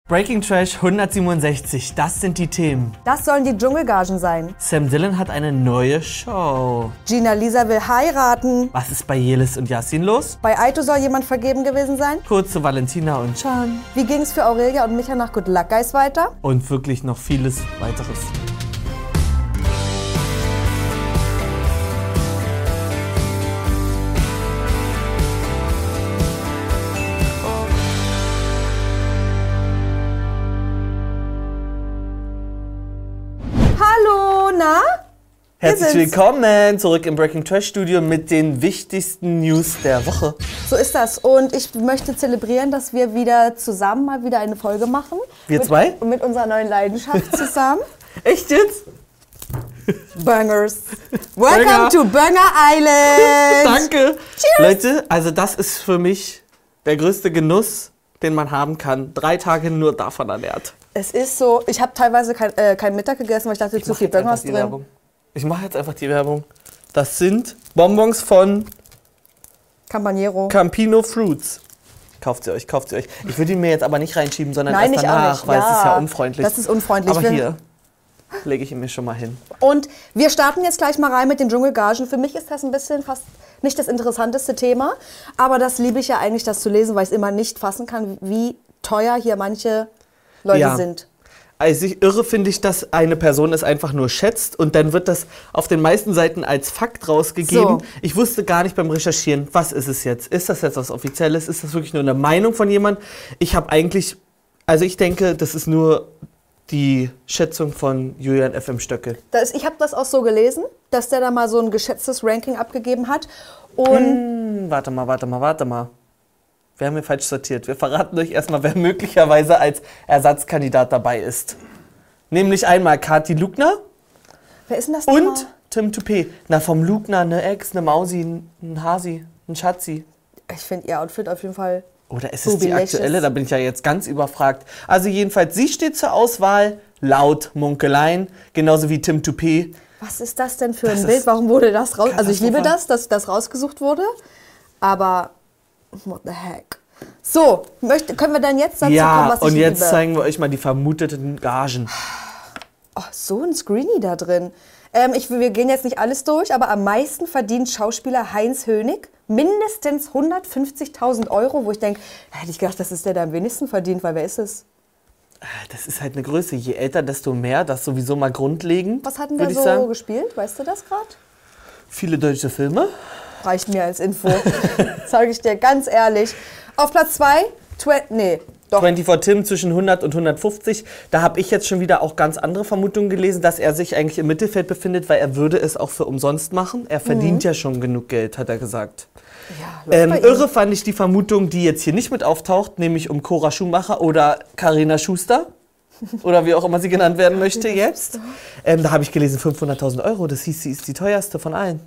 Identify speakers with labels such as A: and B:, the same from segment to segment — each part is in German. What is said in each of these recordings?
A: Breaking Trash 167, das sind die Themen.
B: Das sollen die Dschungelgagen sein.
A: Sam Dillon hat eine neue Show.
B: Gina Lisa will heiraten.
A: Was ist bei Jelis und Yassin los?
B: Bei Aito soll jemand vergeben gewesen sein.
A: Kurz zu Valentina und Can.
B: Wie ging es für Aurelia und Micha nach Good Luck Guys weiter?
A: Und wirklich noch vieles weiteres.
B: Hallo, na?
A: Herzlich willkommen zurück im Breaking Trash Studio mit den wichtigsten News der Woche.
B: So ist das. Und ich möchte zelebrieren, dass wir wieder zusammen mal wieder eine Folge machen.
A: Wir zwei?
B: Mit unserer neuen Leidenschaft zusammen.
A: Echt jetzt?
B: Bangers. Welcome to Banger Island.
A: Danke.
B: Cheers.
A: Leute, also das ist für mich der größte Genuss, den man haben kann. 3 Tage nur davon ernährt.
B: Es ist so, ich habe teilweise kein Mittag gegessen, weil ich dachte, zu viel Bangers drin.
A: Werbung. Ich mache jetzt einfach die Werbung. Das sind Bonbons von
B: Campagnero.
A: Campino Fruits. Kauft sie euch, kauft sie euch. Ich würde ihn mir jetzt aber nicht reinschieben, sondern
B: Nein,
A: erst
B: ich auch
A: danach,
B: nicht.
A: weil
B: Ja,
A: es ist ja unfreundlich.
B: das ist unfreundlich.
A: Aber hier lege ich ihn mir schon mal hin.
B: Und wir starten jetzt gleich mal rein mit den Dschungelgagen. Für mich ist das ein bisschen fast nicht das interessanteste Thema, aber das liebe ich ja eigentlich, das zu lesen, weil ich es immer nicht fassen kann, wie teuer hier manche Leute sind.
A: Also irre finde ich, dass eine Person es einfach nur schätzt und dann wird das auf den meisten Seiten als Fakt rausgegeben.
B: So.
A: Ich wusste gar nicht beim Recherchieren, was ist es jetzt? Ist das jetzt was Offizielles? Ist das wirklich nur eine Meinung von jemand? Ich denke, das ist nur die Schätzung von Julian F.M. Stöckel.
B: Ich habe das auch so gelesen, dass der da mal so ein geschätztes Ranking abgegeben hat. Und
A: Warte mal. Wir haben hier falsch sortiert. Wir verraten euch erstmal, wer möglicherweise als Ersatzkandidat dabei ist. Nämlich einmal Kathi Lugner
B: wer ist denn das
A: und
B: nochmal?
A: Tim Toupé. Na, vom Lugner eine Ex, eine Mausi, ein Hasi, ein Schatzi.
B: Ich finde ihr Outfit auf jeden Fall.
A: Oder ist es die
B: Bubylicious.
A: aktuelle? Da bin ich ja jetzt ganz überfragt. Also jedenfalls, sie steht zur Auswahl, laut Munkeleien, genauso wie Tim Toupé.
B: Was ist das denn für ein Bild? Warum wurde das raus? Also ich liebe
A: katastrophal.
B: das, dass das rausgesucht wurde. Aber what the heck? So, können wir dann jetzt dazu kommen,
A: Ja,
B: was ich
A: und jetzt
B: liebe?
A: zeigen wir euch mal die vermuteten Gagen.
B: Oh, so ein Screenie da drin. Wir gehen jetzt nicht alles durch, aber am meisten verdient Schauspieler Heinz Hönig. Mindestens 150.000 €, wo ich denke, hätte ich gedacht, das ist der, der am wenigsten verdient, weil wer ist es?
A: Das ist halt eine Größe. Je älter, desto mehr. Das sowieso mal grundlegend.
B: Was hatten
A: würd
B: wir
A: ich
B: so
A: sagen.
B: gespielt? Weißt du das gerade?
A: Viele deutsche Filme.
B: Reicht mir als Info. Sage ich dir ganz ehrlich. Auf Platz 2,
A: 24 Tim zwischen 100 und 150. Da habe ich jetzt schon wieder auch ganz andere Vermutungen gelesen, dass er sich eigentlich im Mittelfeld befindet, weil er würde es auch für umsonst machen. Er verdient ja schon genug Geld, hat er gesagt.
B: Ja, läuft bei ihm.
A: Irre fand ich die Vermutung, die jetzt hier nicht mit auftaucht, nämlich um Cora Schumacher oder Carina Schuster. Oder wie auch immer sie genannt werden möchte jetzt. Da habe ich gelesen 500.000 €. Das hieß, sie ist die teuerste von allen.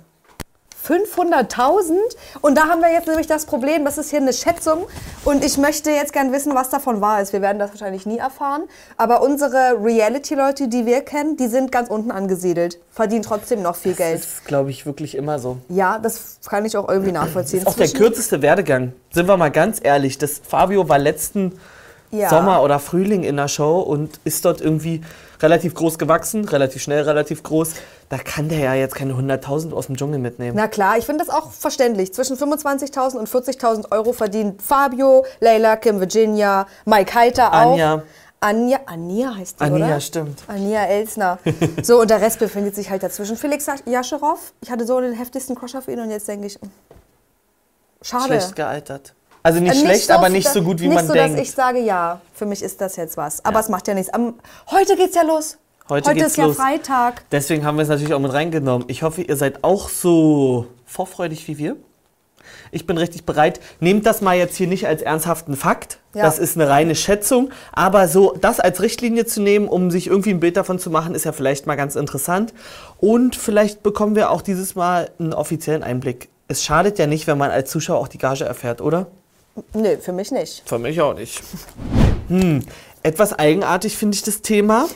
B: 500.000? Und da haben wir jetzt nämlich das Problem, das ist hier eine Schätzung und ich möchte jetzt gern wissen, was davon wahr ist. Wir werden das wahrscheinlich nie erfahren, aber unsere Reality-Leute, die wir kennen, die sind ganz unten angesiedelt, verdienen trotzdem noch viel Geld.
A: Das ist, glaube ich, wirklich immer so.
B: Ja, das kann ich auch irgendwie nachvollziehen.
A: Das ist auch der kürzeste Werdegang. Sind wir mal ganz ehrlich, das Fabio war letzten Sommer oder Frühling in der Show und ist dort irgendwie relativ groß gewachsen, relativ schnell, relativ groß. Da kann der ja jetzt keine 100.000 aus dem Dschungel mitnehmen.
B: Na klar, ich finde das auch verständlich. Zwischen 25.000 und 40.000 € verdient Fabio, Leila, Kim Virginia, Mike Heiter auch. Anja heißt die, oder?
A: Anja, stimmt.
B: Anja Elsner. So, und der Rest befindet sich halt dazwischen. Felix Jascherow, ich hatte so den heftigsten Crush auf ihn und jetzt denke ich, schade.
A: Schlecht gealtert. Also nicht schlecht, aber nicht so gut, wie man denkt.
B: Nicht so, dass ich sage, ja, für mich ist das jetzt was. Aber es macht ja nichts. Heute geht's ja los. Heute
A: geht's
B: ist ja
A: los.
B: Freitag.
A: Deswegen haben wir es natürlich auch mit reingenommen. Ich hoffe, ihr seid auch so vorfreudig wie wir. Ich bin richtig bereit. Nehmt das mal jetzt hier nicht als ernsthaften Fakt.
B: Ja.
A: Das ist eine reine Schätzung. Aber so das als Richtlinie zu nehmen, um sich irgendwie ein Bild davon zu machen, ist ja vielleicht mal ganz interessant. Und vielleicht bekommen wir auch dieses Mal einen offiziellen Einblick. Es schadet ja nicht, wenn man als Zuschauer auch die Gage erfährt, oder?
B: Nee, für mich nicht.
A: Für mich auch nicht. Etwas eigenartig finde ich das Thema.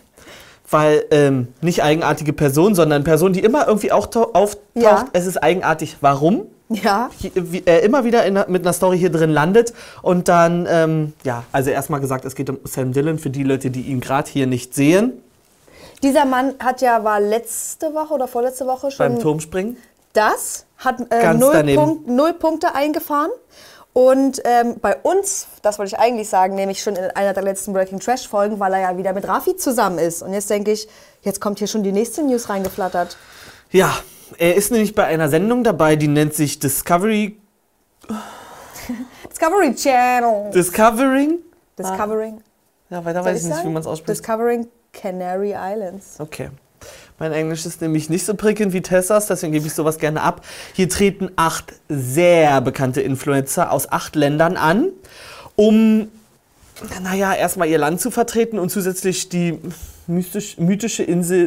A: Weil nicht eigenartige Person, sondern Person, die immer irgendwie auch auftaucht.
B: Ja.
A: Es ist eigenartig. Warum?
B: Ja.
A: Immer wieder mit einer Story hier drin landet und dann, also erstmal gesagt, es geht um Sam Dillon, für die Leute, die ihn gerade hier nicht sehen.
B: Dieser Mann war letzte Woche oder vorletzte Woche schon...
A: Beim Turmspringen.
B: Das hat 0 Punkte eingefahren. Und bei uns, das wollte ich eigentlich sagen, nämlich schon in einer der letzten Breaking Trash Folgen, weil er ja wieder mit Raffi zusammen ist. Und jetzt denke ich, jetzt kommt hier schon die nächste News reingeflattert.
A: Ja, er ist nämlich bei einer Sendung dabei, die nennt sich Discovery
B: Channel.
A: Discovering?
B: Ja,
A: weiter weiß ich nicht, wie man es ausspricht.
B: Discovering Canary Islands.
A: Okay. Mein Englisch ist nämlich nicht so prickelnd wie Tessas, deswegen gebe ich sowas gerne ab. Hier treten 8 sehr bekannte Influencer aus 8 Ländern an, um, erstmal ihr Land zu vertreten und zusätzlich die mythische Insel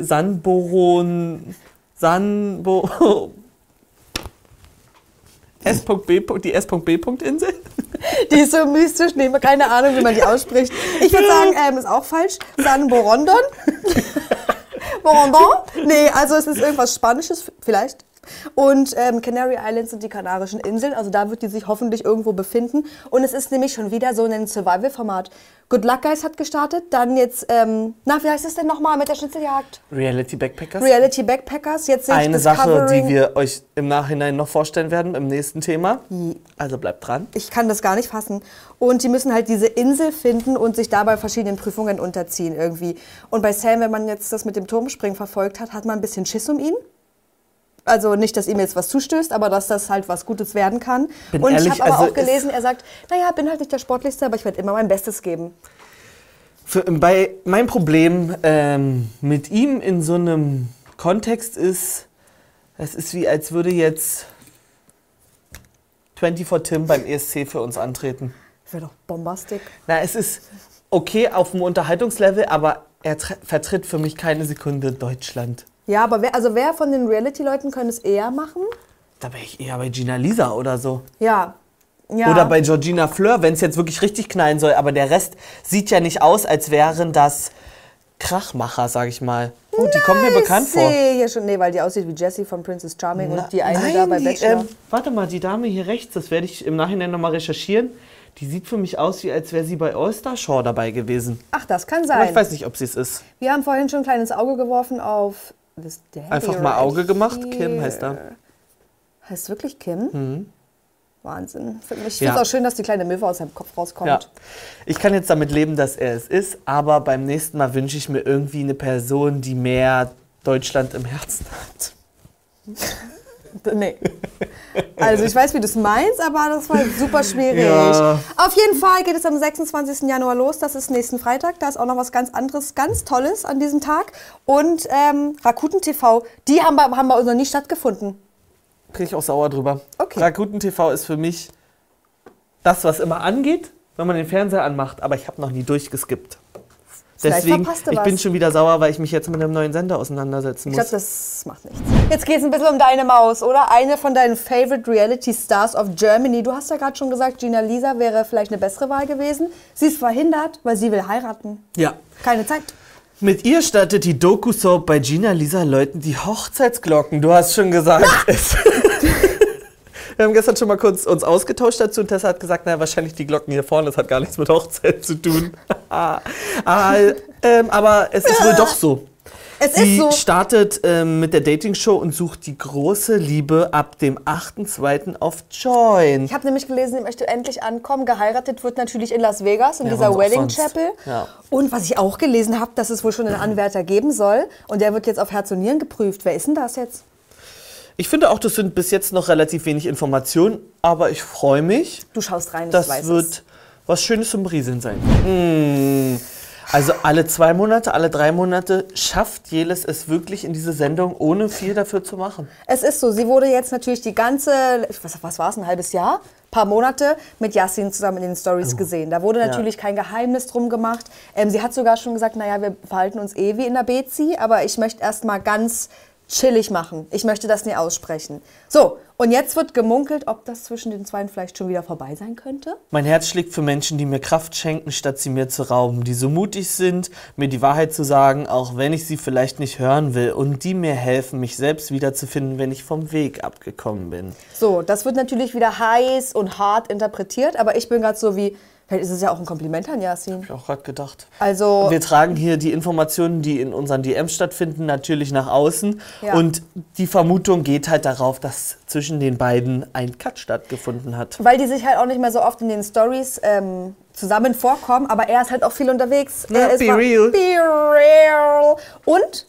A: die S.B.-Insel?
B: Die ist so mystisch, keine Ahnung, wie man die ausspricht. Ich würde sagen, ist auch falsch. San Borondon? Borondon? Nee, also es ist irgendwas Spanisches, vielleicht. Und Canary Islands sind die Kanarischen Inseln, also da wird die sich hoffentlich irgendwo befinden. Und es ist nämlich schon wieder so ein Survival-Format. Good Luck Guys hat gestartet, dann jetzt, wie heißt es denn nochmal mit der Schnitzeljagd?
A: Reality Backpackers.
B: Jetzt sehe ich
A: eine Sache, die wir euch im Nachhinein noch vorstellen werden im nächsten Thema. Also bleibt dran.
B: Ich kann das gar nicht fassen. Und die müssen halt diese Insel finden und sich dabei verschiedenen Prüfungen unterziehen irgendwie. Und bei Sam, wenn man jetzt das mit dem Turmspringen verfolgt hat, hat man ein bisschen Schiss um ihn. Also nicht, dass ihm jetzt was zustößt, aber dass das halt was Gutes werden kann. Und ehrlich, ich habe aber auch gelesen, er sagt, bin halt nicht der Sportlichste, aber ich werde immer mein Bestes geben.
A: Mein Problem mit ihm in so einem Kontext ist, es ist wie, als würde jetzt 24 Tim beim ESC für uns antreten.
B: Wäre doch bombastisch.
A: Es ist okay auf dem Unterhaltungslevel, aber er vertritt für mich keine Sekunde Deutschland.
B: Ja, aber wer von den Reality-Leuten könnte es eher machen?
A: Da wäre ich eher bei Gina Lisa oder so.
B: Ja.
A: Oder bei Georgina Fleur, wenn es jetzt wirklich richtig knallen soll. Aber der Rest sieht ja nicht aus, als wären das Krachmacher, sag ich mal. Oh, die kommt mir bekannt vor.
B: Hier schon, weil die aussieht wie Jessie von Princess Charming und die eine da bei Bachelor.
A: Warte mal, die Dame hier rechts, das werde ich im Nachhinein nochmal recherchieren. Die sieht für mich aus, wie als wäre sie bei All-Star Shore dabei gewesen.
B: Ach, das kann sein.
A: Aber ich weiß nicht, ob sie es ist.
B: Wir haben vorhin schon ein kleines Auge geworfen auf...
A: Einfach mal Auge gemacht, Kim heißt er.
B: Heißt wirklich Kim? Mhm. Wahnsinn. Ich finde es auch schön, dass die kleine Möwe aus seinem Kopf rauskommt. Ja.
A: Ich kann jetzt damit leben, dass er es ist, aber beim nächsten Mal wünsche ich mir irgendwie eine Person, die mehr Deutschland im Herzen hat.
B: Nee. Also ich weiß, wie du es meinst, aber das war super schwierig.
A: Ja.
B: Auf jeden Fall geht es am 26. Januar los. Das ist nächsten Freitag. Da ist auch noch was ganz anderes, ganz Tolles an diesem Tag. Und Rakuten TV, die haben bei uns noch nie stattgefunden.
A: Kriege ich auch sauer drüber.
B: Okay.
A: Rakuten TV ist für mich das, was immer angeht, wenn man den Fernseher anmacht. Aber ich habe noch nie durchgeskippt. Deswegen, ich bin schon wieder sauer, weil ich mich jetzt mit einem neuen Sender auseinandersetzen muss.
B: Ich glaube, das macht nichts. Jetzt geht es ein bisschen um deine Maus, oder? Eine von deinen Favorite Reality Stars of Germany. Du hast ja gerade schon gesagt, Gina Lisa wäre vielleicht eine bessere Wahl gewesen. Sie ist verhindert, weil sie will heiraten.
A: Ja.
B: Keine Zeit.
A: Mit ihr startet die Doku-Soap bei Gina Lisa läuten die Hochzeitsglocken. Du hast schon gesagt. Wir haben gestern schon mal kurz uns ausgetauscht dazu und Tessa hat gesagt, wahrscheinlich die Glocken hier vorne, das hat gar nichts mit Hochzeit zu tun. Aber es ist wohl doch so. Sie startet mit der Dating-Show und sucht die große Liebe ab dem 8.2. auf Join.
B: Ich habe nämlich gelesen, sie möchte endlich ankommen. Geheiratet wird natürlich in Las Vegas, in dieser Wedding Chapel.
A: Ja.
B: Und was ich auch gelesen habe, dass es wohl schon einen Anwärter geben soll. Und der wird jetzt auf Herz und Nieren geprüft. Wer ist denn das jetzt?
A: Ich finde auch, das sind bis jetzt noch relativ wenig Informationen, aber ich freue mich.
B: Du schaust rein, ich
A: weiß es.
B: Das
A: wird was Schönes zum Berieseln sein. Also alle 2 Monate, alle 3 Monate schafft Jelis es wirklich in diese Sendung, ohne viel dafür zu machen.
B: Es ist so, sie wurde jetzt natürlich die ganze, was war es, ein halbes Jahr? Paar Monate mit Yassin zusammen in den Stories gesehen. Da wurde natürlich kein Geheimnis drum gemacht. Sie hat sogar schon gesagt, wir verhalten uns wie in der Bezi, aber ich möchte erst mal ganz chillig machen. Ich möchte das nie aussprechen. So, und jetzt wird gemunkelt, ob das zwischen den Zweien vielleicht schon wieder vorbei sein könnte.
A: Mein Herz schlägt für Menschen, die mir Kraft schenken, statt sie mir zu rauben. Die so mutig sind, mir die Wahrheit zu sagen, auch wenn ich sie vielleicht nicht hören will. Und die mir helfen, mich selbst wiederzufinden, wenn ich vom Weg abgekommen bin.
B: So, das wird natürlich wieder heiß und hart interpretiert. Aber ich bin gerade so wie... Vielleicht ist es ja auch ein Kompliment an Yasin.
A: Hab ich auch gerade gedacht.
B: Also
A: wir tragen hier die Informationen, die in unseren DMs stattfinden, natürlich nach außen.
B: Ja.
A: Und die Vermutung geht halt darauf, dass zwischen den beiden ein Cut stattgefunden hat.
B: Weil die sich halt auch nicht mehr so oft in den Stories zusammen vorkommen. Aber er ist halt auch viel unterwegs.
A: Ja, be real.
B: Be real. Und,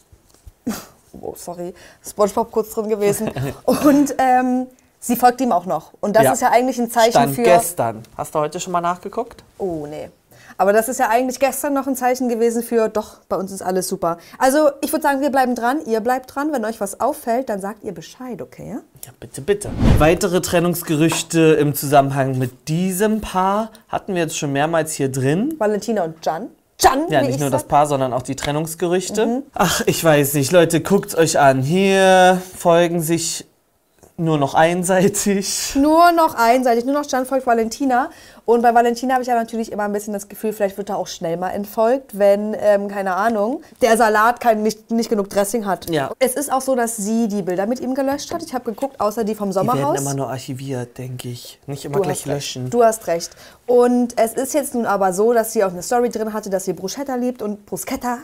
B: oh sorry, SpongeBob kurz drin gewesen. Und sie folgt ihm auch noch. Und das ist ja eigentlich ein Zeichen
A: Stand
B: für...
A: gestern. Hast du heute schon mal nachgeguckt?
B: Oh, nee. Aber das ist ja eigentlich gestern noch ein Zeichen gewesen für, doch, bei uns ist alles super. Also, ich würde sagen, wir bleiben dran, ihr bleibt dran. Wenn euch was auffällt, dann sagt ihr Bescheid, okay?
A: Ja, bitte, bitte. Weitere Trennungsgerüchte im Zusammenhang mit diesem Paar hatten wir jetzt schon mehrmals hier drin.
B: Valentina und Can.
A: Ja, nicht nur das Paar, sondern auch die Trennungsgerüchte. Ach, ich weiß nicht. Leute, guckt's euch an. Hier folgen sich... Nur noch einseitig.
B: Nur noch Can folgt Valentina. Und bei Valentina habe ich ja natürlich immer ein bisschen das Gefühl, vielleicht wird er auch schnell mal entfolgt, wenn, keine Ahnung, der Salat nicht genug Dressing hat.
A: Ja.
B: Es ist auch so, dass sie die Bilder mit ihm gelöscht hat. Ich habe geguckt, außer die vom Sommerhaus.
A: Die werden immer nur archiviert, denke ich. Nicht immer gleich löschen.
B: Du hast recht. Und es ist jetzt nun aber so, dass sie auch eine Story drin hatte, dass sie Bruschetta liebt und Bruschetta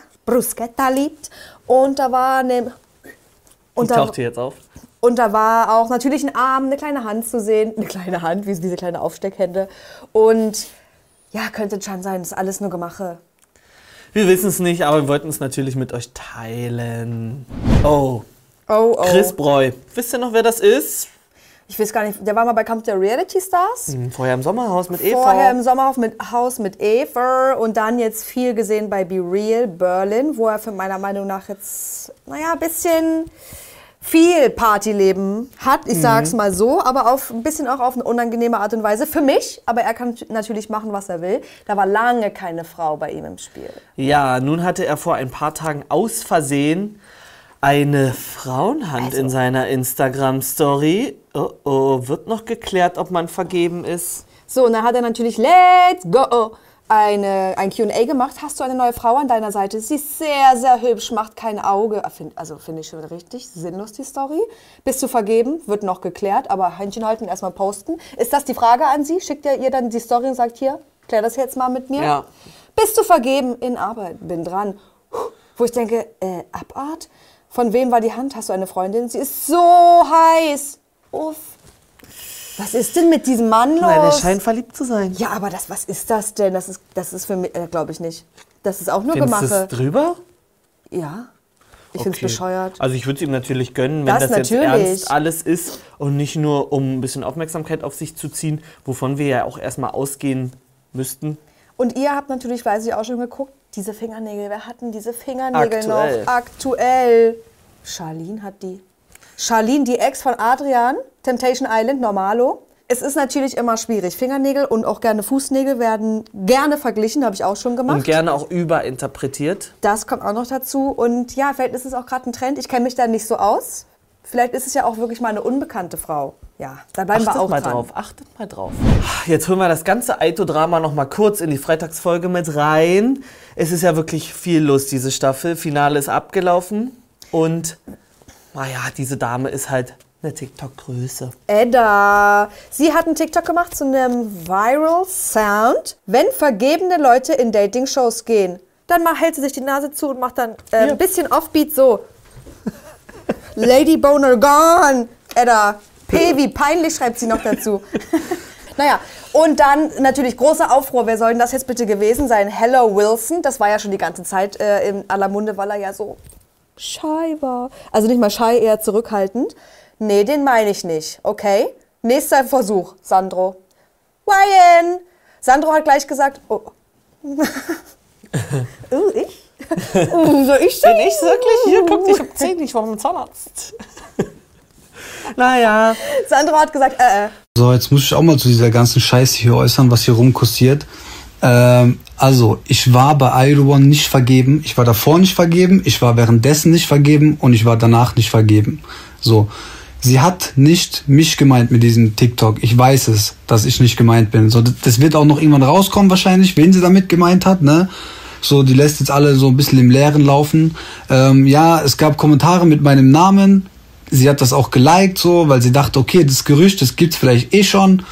B: liebt. Und da war eine...
A: Die taucht hier jetzt auf.
B: Und da war auch natürlich ein Arm, eine kleine Hand zu sehen. Eine kleine Hand, wie diese kleine Aufsteckhände. Und ja, könnte Can sein, das ist alles nur Gemache.
A: Wir wissen es nicht, aber wir wollten es natürlich mit euch teilen. Oh. Chris Breu. Wisst ihr noch, wer das ist?
B: Ich weiß gar nicht, der war mal bei Kampf der Reality Stars.
A: Vorher im Sommerhaus mit Eva.
B: Vorher im Sommerhaus mit Eva und dann jetzt viel gesehen bei Be Real Berlin, wo er für meiner Meinung nach jetzt, naja, ein bisschen viel Partyleben hat, ich sag's mal so, aber ein bisschen auch auf eine unangenehme Art und Weise für mich, aber er kann natürlich machen, was er will. Da war lange keine Frau bei ihm im Spiel.
A: Ja, nun hatte er vor ein paar Tagen aus Versehen eine Frauenhand in seiner Instagram-Story. Oh, wird noch geklärt, ob man vergeben ist.
B: So, und dann hat er natürlich Let's Go ein Q&A gemacht. Hast du eine neue Frau an deiner Seite? Sie ist sehr, sehr hübsch, macht kein Auge. Finde ich schon richtig sinnlos, die Story. Bist du vergeben? Wird noch geklärt, aber Händchen halten, erstmal posten. Ist das die Frage an Sie? Schickt er ihr dann die Story und sagt, hier, klär das jetzt mal mit mir?
A: Ja.
B: Bist du vergeben? In Arbeit, bin dran. Wo ich denke, Abart? Von wem war die Hand? Hast du eine Freundin? Sie ist so heiß. Uff. Was ist denn mit diesem Mann los?
A: Nein, er scheint verliebt zu sein.
B: Ja, aber was ist das denn? Das ist für mich, glaube ich nicht. Das ist auch nur
A: Findest
B: Gemache.
A: Findest du es drüber?
B: Ja. Ich finde es bescheuert.
A: Also ich würde es ihm natürlich gönnen, wenn das jetzt ernst alles ist und nicht nur, um ein bisschen Aufmerksamkeit auf sich zu ziehen, wovon wir ja auch erstmal ausgehen müssten.
B: Und ihr habt natürlich, weiß ich auch schon geguckt, diese Fingernägel. Wer hat denn diese Fingernägel noch? Aktuell. Charlene hat die. Charlene, die Ex von Adrian, Temptation Island, Normalo. Es ist natürlich immer schwierig. Fingernägel und auch gerne Fußnägel werden gerne verglichen, habe ich auch schon gemacht.
A: Und gerne auch überinterpretiert.
B: Das kommt auch noch dazu. Und ja, vielleicht ist es auch gerade ein Trend. Ich kenne mich da nicht so aus. Vielleicht ist es ja auch wirklich mal eine unbekannte Frau. Ja, da bleiben wir auch dran.
A: Achtet mal drauf. Jetzt holen wir das ganze Aito-Drama noch mal kurz in die Freitagsfolge mit rein. Es ist ja wirklich viel los, diese Staffel. Finale ist abgelaufen. Und naja, diese Dame ist halt eine TikTok-Größe.
B: Edda. Sie hat einen TikTok gemacht zu einem Viral Sound. Wenn vergebene Leute in Dating-Shows gehen, dann hält sie sich die Nase zu und macht dann ein bisschen Offbeat so. Lady Boner gone. Edda. P wie peinlich, schreibt sie noch dazu. Naja, und dann natürlich großer Aufruhr. Wer soll denn das jetzt bitte gewesen sein? Hello Wilson. Das war ja schon die ganze Zeit in aller Munde, weil er ja so shy war. Also nicht mal shy, eher zurückhaltend. Nee, den meine ich nicht. Okay. Nächster Versuch, Sandro. Ryan! Sandro hat gleich gesagt, oh. Ich? Soll ich sein?
A: Bin ich wirklich? Hier, guck, ich hab 10, ich war beim Zahnarzt. Naja.
B: Sandro hat gesagt,
C: So, jetzt muss ich auch mal zu dieser ganzen Scheiße hier äußern, was hier rumkursiert. Also, ich war bei Aydoğan nicht vergeben, ich war davor nicht vergeben, ich war währenddessen nicht vergeben und ich war danach nicht vergeben. So, sie hat nicht mich gemeint mit diesem TikTok. Ich weiß es, dass ich nicht gemeint bin. So, das wird auch noch irgendwann rauskommen wahrscheinlich, wen sie damit gemeint hat, ne? So, die lässt jetzt alle so ein bisschen im Leeren laufen. Ja, es gab Kommentare mit meinem Namen. Sie hat das auch geliked, so, weil sie dachte, okay, das Gerücht, das gibt's vielleicht eh schon.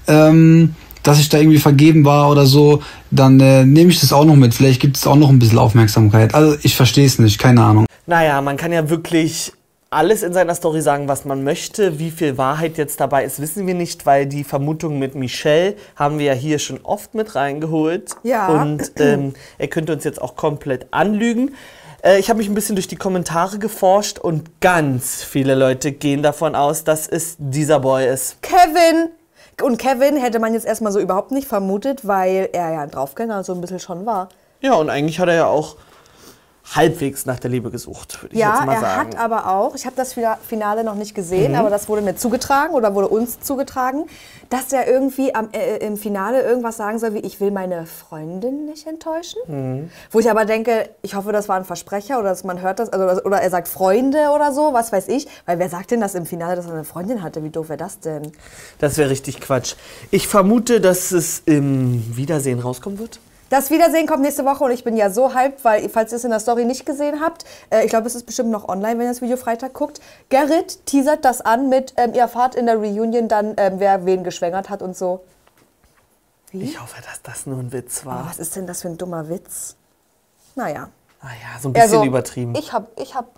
C: Dass ich da irgendwie vergeben war oder so, dann nehme ich das auch noch mit. Vielleicht gibt es auch noch ein bisschen Aufmerksamkeit. Also ich verstehe es nicht, keine Ahnung.
A: Naja, man kann ja wirklich alles in seiner Story sagen, was man möchte. Wie viel Wahrheit jetzt dabei ist, wissen wir nicht, weil die Vermutung mit Michelle haben wir ja hier schon oft mit reingeholt.
B: Ja.
A: Und er könnte uns jetzt auch komplett anlügen. Ich habe mich ein bisschen durch die Kommentare geforscht und ganz viele Leute gehen davon aus, dass es dieser Boy ist.
B: Kevin! Und Kevin hätte man jetzt erstmal so überhaupt nicht vermutet, weil er ja ein Draufgänger so ein bisschen schon war.
A: Ja, und eigentlich hat er ja auch halbwegs nach der Liebe gesucht, würde ich jetzt mal sagen.
B: Ja, er hat aber auch, ich habe das Finale noch nicht gesehen, aber das wurde mir zugetragen oder wurde uns zugetragen, dass er irgendwie im Finale irgendwas sagen soll, wie ich will meine Freundin nicht enttäuschen. Wo ich aber denke, ich hoffe, das war ein Versprecher oder dass man hört das, also, oder er sagt Freunde oder so, was weiß ich. Weil wer sagt denn das im Finale, dass er eine Freundin hatte? Wie doof wäre das denn?
A: Das wäre richtig Quatsch. Ich vermute, dass es im Wiedersehen rauskommen wird.
B: Das Wiedersehen kommt nächste Woche und ich bin ja so hyped, weil, falls ihr es in der Story nicht gesehen habt, ich glaube, es ist bestimmt noch online, wenn ihr das Video Freitag guckt, Gerrit teasert das an mit, ihr erfahrt in der Reunion dann, wer wen geschwängert hat und so. Wie?
A: Ich hoffe, dass das nur ein Witz war.
B: Oh, was ist denn das für ein dummer Witz? Naja.
A: Naja, so ein bisschen übertrieben.
B: Ich hab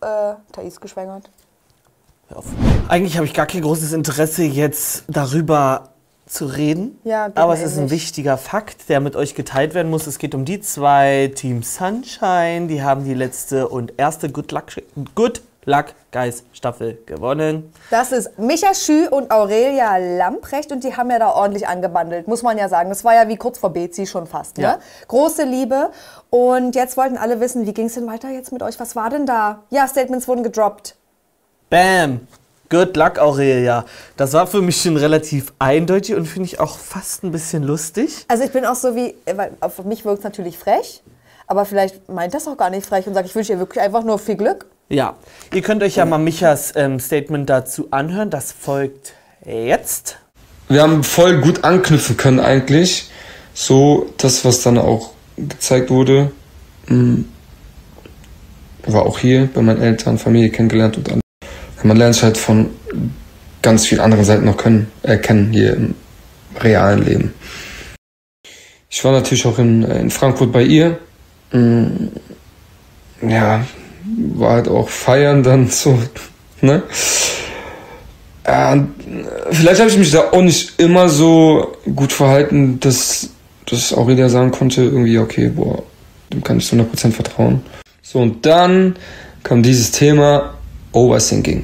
B: Thais geschwängert.
A: Hör auf. Eigentlich habe ich gar kein großes Interesse, jetzt darüber zu reden,
B: ja,
A: aber es ist ein wichtiger Fakt, der mit euch geteilt werden muss. Es geht um die zwei Team Sunshine, die haben die letzte und erste Good Luck Guys Staffel gewonnen.
B: Das ist Micha Schü und Aurelia Lamprecht und die haben ja da ordentlich angebandelt, muss man ja sagen. Das war ja wie kurz vor Bezi schon fast, ne?
A: Ja.
B: Große Liebe und jetzt wollten alle wissen, wie ging es denn weiter jetzt mit euch? Was war denn da? Ja, Statements wurden gedroppt.
A: Bam! Good luck, Aurelia. Das war für mich schon relativ eindeutig und finde ich auch fast ein bisschen lustig.
B: Also ich bin auch so wie, weil auf mich wirkt es natürlich frech, aber vielleicht meint das auch gar nicht frech und sagt, ich wünsche ihr wirklich einfach nur viel Glück.
A: Ja, ihr könnt euch ja mal Michas Statement dazu anhören. Das folgt jetzt.
D: Wir haben voll gut anknüpfen können eigentlich. So, das, was dann auch gezeigt wurde, war auch hier bei meinen Eltern, Familie kennengelernt und an. Man lernt sich halt von ganz vielen anderen Seiten noch kennen hier im realen Leben. Ich war natürlich auch in Frankfurt bei ihr. Ja, war halt auch feiern dann so, ne? Vielleicht habe ich mich da auch nicht immer so gut verhalten, dass Aurelia sagen konnte, irgendwie, okay, boah, dem kann ich zu 100% vertrauen. So, und dann kam dieses Thema Overthinking.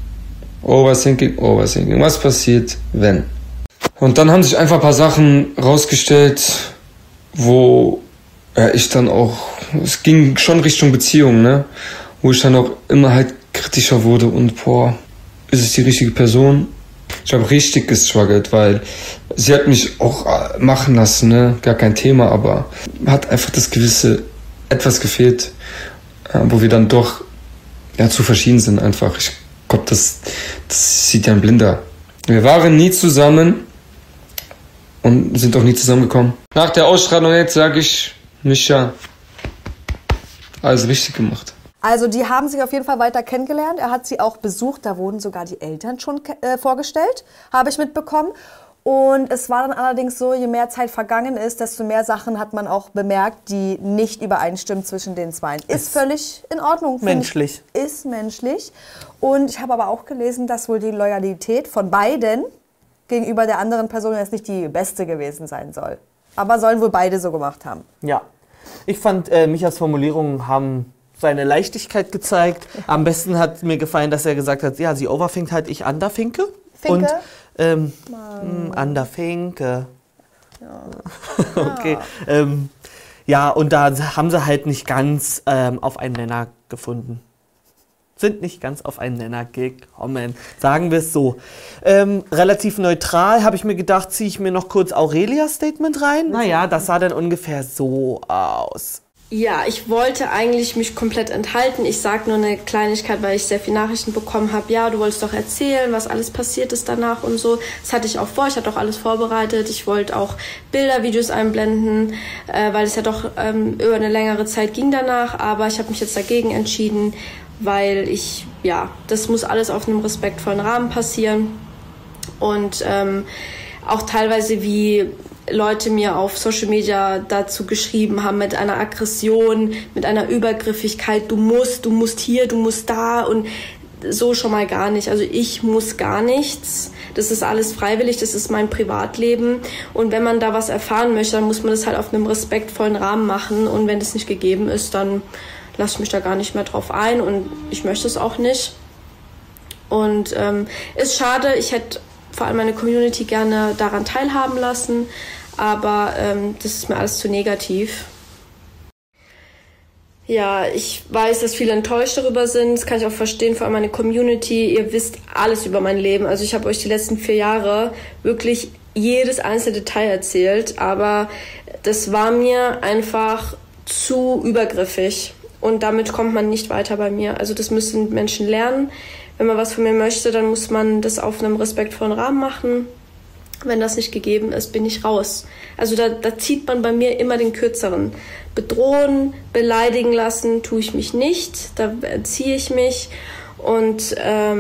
D: Was passiert, wenn? Und dann haben sich einfach ein paar Sachen rausgestellt, wo ich dann auch, es ging schon Richtung Beziehung, ne? Wo ich dann auch immer halt kritischer wurde und boah, ist es die richtige Person? Ich habe richtig gestruggelt, weil sie hat mich auch machen lassen, ne? Gar kein Thema, aber hat einfach das gewisse etwas gefehlt, wo wir dann doch zu verschieden sind einfach. Ich glaube, das sieht ja ein Blinder. Wir waren nie zusammen und sind auch nie zusammengekommen. Nach der Ausstrahlung jetzt sage ich, Micha, alles richtig gemacht.
B: Also die haben sich auf jeden Fall weiter kennengelernt. Er hat sie auch besucht. Da wurden sogar die Eltern schon vorgestellt, habe ich mitbekommen. Und es war dann allerdings so, je mehr Zeit vergangen ist, desto mehr Sachen hat man auch bemerkt, die nicht übereinstimmen zwischen den Zweien. Ist völlig in Ordnung.
A: Menschlich.
B: Ist menschlich. Und ich habe aber auch gelesen, dass wohl die Loyalität von beiden gegenüber der anderen Person jetzt nicht die beste gewesen sein soll. Aber sollen wohl beide so gemacht haben.
A: Ja. Ich fand, Michas Formulierungen haben seine Leichtigkeit gezeigt. Am besten hat mir gefallen, dass er gesagt hat, ja, sie overfinkt halt, ich underfinke.
B: Finke?
A: Und underfinke. Ja. Okay. Ja, und da haben sie halt nicht ganz auf einen Nenner gefunden. sind nicht ganz auf einen Nenner gekommen. Sagen wir es so. Relativ neutral habe ich mir gedacht, ziehe ich mir noch kurz Aurelias Statement rein. Naja, das sah dann ungefähr so aus.
E: Ja, ich wollte eigentlich mich komplett enthalten. Ich sage nur eine Kleinigkeit, weil ich sehr viele Nachrichten bekommen habe. Ja, du wolltest doch erzählen, was alles passiert ist danach und so. Das hatte ich auch vor. Ich hatte auch alles vorbereitet. Ich wollte auch Bilder, Videos einblenden, weil es ja doch über eine längere Zeit ging danach. Aber ich habe mich jetzt dagegen entschieden, weil das muss alles auf einem respektvollen Rahmen passieren. Und auch teilweise wie Leute mir auf Social Media dazu geschrieben haben, mit einer Aggression, mit einer Übergriffigkeit, du musst hier, du musst da und so schon mal gar nicht. Also ich muss gar nichts. Das ist alles freiwillig, das ist mein Privatleben. Und wenn man da was erfahren möchte, dann muss man das halt auf einem respektvollen Rahmen machen. Und wenn das nicht gegeben ist, dann lasse ich mich da gar nicht mehr drauf ein und ich möchte es auch nicht. Und ist schade, ich hätte vor allem meine Community gerne daran teilhaben lassen, aber das ist mir alles zu negativ. Ja, ich weiß, dass viele enttäuscht darüber sind, das kann ich auch verstehen, vor allem meine Community. Ihr wisst alles über mein Leben, also ich habe euch die letzten 4 Jahre wirklich jedes einzelne Detail erzählt, aber das war mir einfach zu übergriffig und damit kommt man nicht weiter bei mir. Also das müssen Menschen lernen. Wenn man was von mir möchte, dann muss man das auf einem respektvollen Rahmen machen. Wenn das nicht gegeben ist, bin ich raus. Also da zieht man bei mir immer den Kürzeren. Bedrohen, beleidigen lassen tue ich mich nicht, da erziehe ich mich und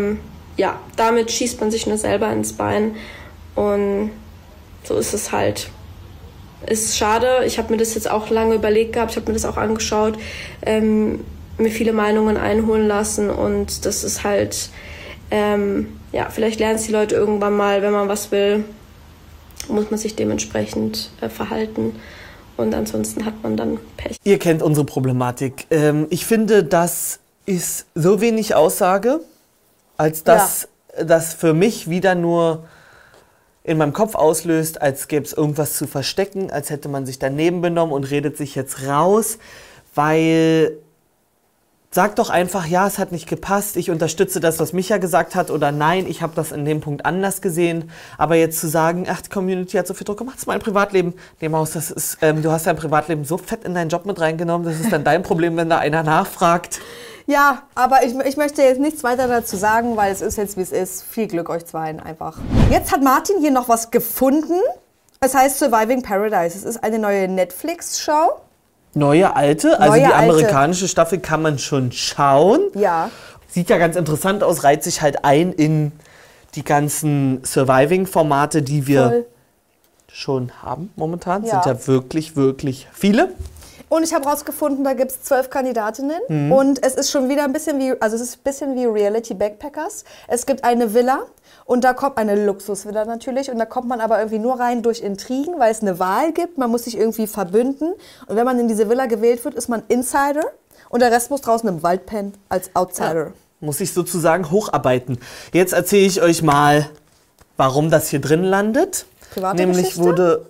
E: damit schießt man sich nur selber ins Bein und so ist es halt. Ist schade, ich habe mir das jetzt auch lange überlegt gehabt, ich habe mir das auch angeschaut, mir viele Meinungen einholen lassen und das ist halt, vielleicht lernen es die Leute irgendwann mal, wenn man was will, muss man sich dementsprechend verhalten und ansonsten hat man dann Pech.
A: Ihr kennt unsere Problematik. Ich finde, das ist so wenig Aussage, als dass das für mich wieder nur in meinem Kopf auslöst, als gäbe es irgendwas zu verstecken, als hätte man sich daneben benommen und redet sich jetzt raus, weil sag doch einfach, ja, es hat nicht gepasst, ich unterstütze das, was Micha gesagt hat oder nein, ich habe das in dem Punkt anders gesehen, aber jetzt zu sagen, ach, die Community hat so viel Druck gemacht, das ist mein Privatleben, nee, Maus, das ist, du hast dein Privatleben so fett in deinen Job mit reingenommen, das ist dann dein Problem, wenn da einer nachfragt.
B: Ja, aber ich möchte jetzt nichts weiter dazu sagen, weil es ist jetzt, wie es ist. Viel Glück euch zweien einfach. Jetzt hat Martin hier noch was gefunden. Es heißt Surviving Paradise. Es ist eine neue Netflix-Show.
A: Neue, alte? Also die amerikanische Staffel kann man schon schauen.
B: Ja.
A: Sieht ja ganz interessant aus, reiht sich halt ein in die ganzen Surviving-Formate, die wir schon haben momentan. Ja. Sind ja wirklich, wirklich viele.
B: Und ich habe rausgefunden, da gibt es 12 Kandidatinnen. Und es ist schon wieder ein bisschen wie Reality Backpackers. Es gibt eine Villa und da kommt eine Luxusvilla natürlich. Und da kommt man aber irgendwie nur rein durch Intrigen, weil es eine Wahl gibt. Man muss sich irgendwie verbünden. Und wenn man in diese Villa gewählt wird, ist man Insider. Und der Rest muss draußen im Wald pennen als Outsider.
A: Ja, muss ich sozusagen hocharbeiten. Jetzt erzähle ich euch mal, warum das hier drin landet.
B: Private
A: Nämlich
B: Geschichte?
A: wurde,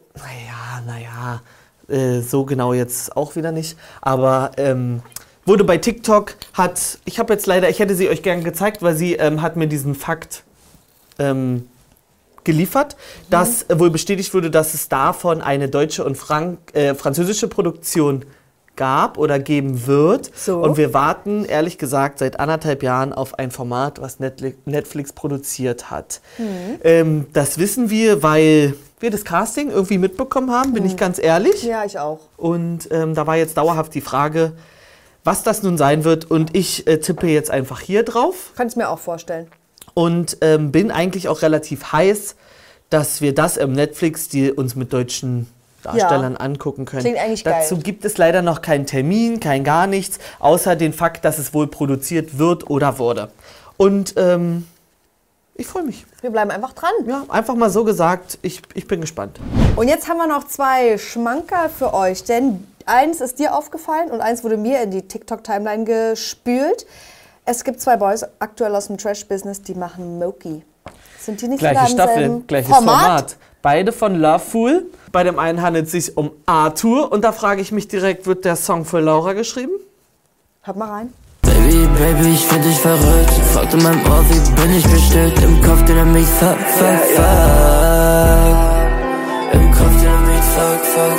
A: so genau jetzt auch wieder nicht, aber wurde bei TikTok, ich hätte sie euch gern gezeigt, weil sie hat mir diesen Fakt geliefert, dass wohl bestätigt wurde, dass es davon eine deutsche und französische Produktion gab oder geben wird. So. Und wir warten, ehrlich gesagt, seit 1,5 Jahren auf ein Format, was Netflix produziert hat. Das wissen wir, weil wir das Casting irgendwie mitbekommen haben, bin ich ganz ehrlich.
B: Ja, ich auch.
A: Und da war jetzt dauerhaft die Frage, was das nun sein wird. Und ich tippe jetzt einfach hier drauf.
B: Kann ich mir auch vorstellen.
A: Und bin eigentlich auch relativ heiß, dass wir das im Netflix, die uns mit deutschen Darstellern angucken können.
B: Klingt eigentlich geil.
A: Dazu gibt es leider noch keinen Termin, kein gar nichts, außer den Fakt, dass es wohl produziert wird oder wurde. Und ich freue mich.
B: Wir bleiben einfach dran.
A: Ja, einfach mal so gesagt, ich bin gespannt.
B: Und jetzt haben wir noch 2 Schmankerl für euch, denn eins ist dir aufgefallen und eins wurde mir in die TikTok-Timeline gespült. Es gibt 2 Boys aktuell aus dem Trash-Business, die machen Moki. Sind die nicht
A: gleiche Staffel, gleiches Format. Beide von Loveful. Bei dem einen handelt es sich um Arthur und da frage ich mich direkt, wird der Song für Laura geschrieben?
B: Hört mal rein.
F: Baby, Baby, Baby, ich find dich verrückt. Fragt in meinem Ohr, wie bin ich bestückt? Im Kopf, den er mich fuck. Im Kopf, den er mich fuck.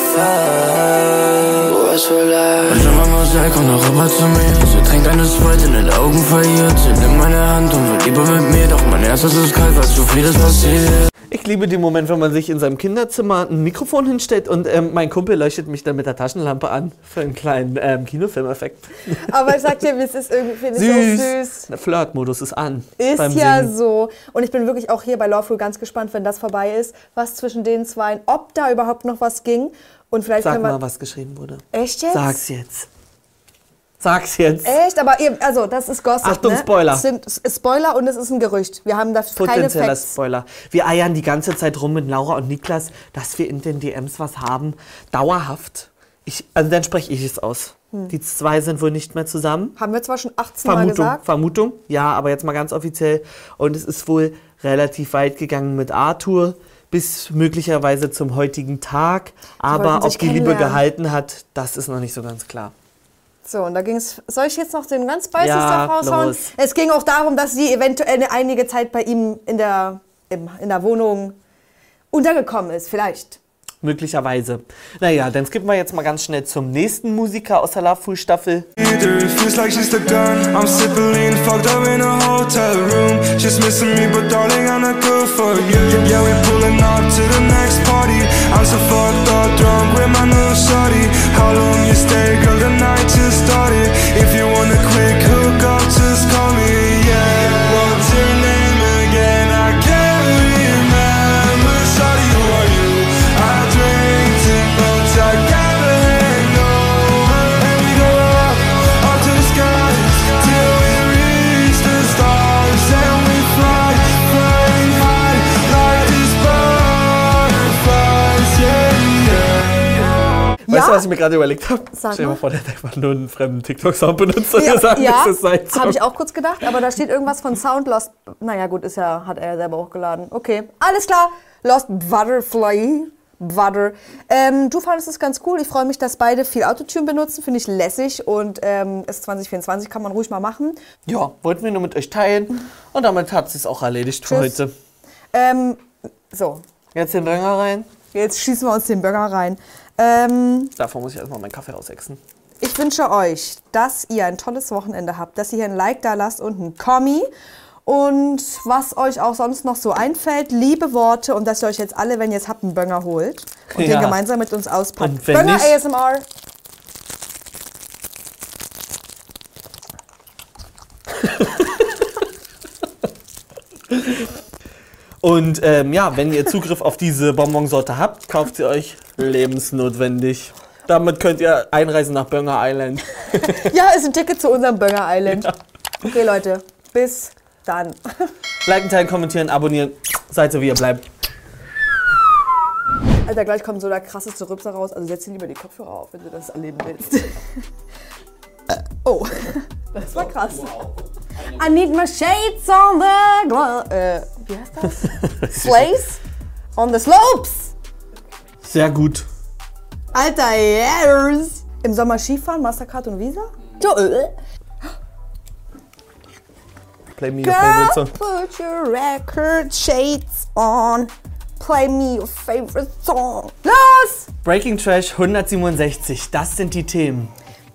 F: Was will er? Und schon Mademoiselle, komm noch rüber zu mir. Sie trinkt eine Sprite, in den Augen verliert. Sie nimmt meine Hand und will lieber mit mir. Doch mein Herz ist kalt, weil zu vieles passiert.
A: Ich liebe den Moment, wenn man sich in seinem Kinderzimmer ein Mikrofon hinstellt und mein Kumpel leuchtet mich dann mit der Taschenlampe an für einen kleinen Kinofilmeffekt.
B: Aber ich sag dir, es ist irgendwie, finde ich, so süß.
A: Der Flirtmodus ist an.
B: Ist ja Singen. So. Und ich bin wirklich auch hier bei Lawful ganz gespannt, wenn das vorbei ist, was zwischen den zwei, ob da überhaupt noch was ging. Und vielleicht
A: Sag mal, was geschrieben wurde.
B: Echt jetzt?
A: Sag's jetzt. Sag's jetzt.
B: Echt? Aber also das ist Gossip,
A: Achtung,
B: ne?
A: Spoiler.
B: Es sind Spoiler und es ist ein Gerücht. Wir haben da keine Facts.
A: Spoiler. Wir eiern die ganze Zeit rum mit Laura und Niklas, dass wir in den DMs was haben. Dauerhaft. Also dann spreche ich es aus. Die zwei sind wohl nicht mehr zusammen.
B: Haben wir zwar schon 18 Mal gesagt.
A: Vermutung, ja, aber jetzt mal ganz offiziell. Und es ist wohl relativ weit gegangen mit Arthur. Bis möglicherweise zum heutigen Tag. Aber ob die Liebe gehalten hat, das ist noch nicht so ganz klar.
B: So, und da ging es. Soll ich jetzt noch den ganz Beißstuff raushauen? Los. Es ging auch darum, dass sie eventuell einige Zeit bei ihm in der Wohnung untergekommen ist. Vielleicht.
A: Möglicherweise. Naja, dann skippen wir jetzt mal ganz schnell zum nächsten Musiker aus der Lawful-Staffel. Weißt du, was ich mir gerade überlegt habe? Stell dir mal vor, der hat einfach nur einen fremden TikTok-Sound benutzt und gesagt, das ist sein Song.
B: Habe ich auch kurz gedacht, aber da steht irgendwas von Sound Lost. Naja gut, hat er selber hochgeladen. Okay, alles klar. Lost Butterfly. Du fandest es ganz cool. Ich freue mich, dass beide viel Autotune benutzen. Finde ich lässig und ist 2024, kann man ruhig mal machen.
A: Ja, wollten wir nur mit euch teilen und damit hat sie es auch erledigt für heute.
B: So.
A: Jetzt den Burger rein.
B: Jetzt schießen wir uns den Burger rein.
A: Davor muss ich erstmal meinen Kaffee ausexen.
B: Ich wünsche euch, dass ihr ein tolles Wochenende habt, dass ihr hier ein Like da lasst und ein Kommi. Und was euch auch sonst noch so einfällt, liebe Worte und dass ihr euch jetzt alle, wenn ihr es habt, einen Bönger holt und den gemeinsam mit uns auspackt. Bönger nicht, ASMR.
A: Und wenn ihr Zugriff auf diese Bonbonsorte habt, kauft sie euch lebensnotwendig. Damit könnt ihr einreisen nach Bönger Island.
B: Ja, ist ein Ticket zu unserem Bönger Island. Ja. Okay, Leute, bis dann.
A: Liken, teilen, kommentieren, abonnieren. Seid so, wie ihr bleibt.
B: Alter, gleich kommt so der krasseste Rübser raus. Also setz dir lieber die Kopfhörer auf, wenn du das erleben willst. Oh, das war krass. I need my shades on the wie heißt das? Slays on the slopes.
A: Sehr gut.
B: Alter, yes. Im Sommer Skifahren, Mastercard und Visa?
A: Play me your favorite song.
B: Put your record shades on. Play me your favorite song. Los!
A: Breaking Trash 167, das sind die Themen.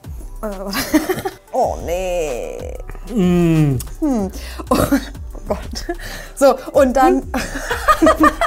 B: Oh nee. Oh Gott. So, und dann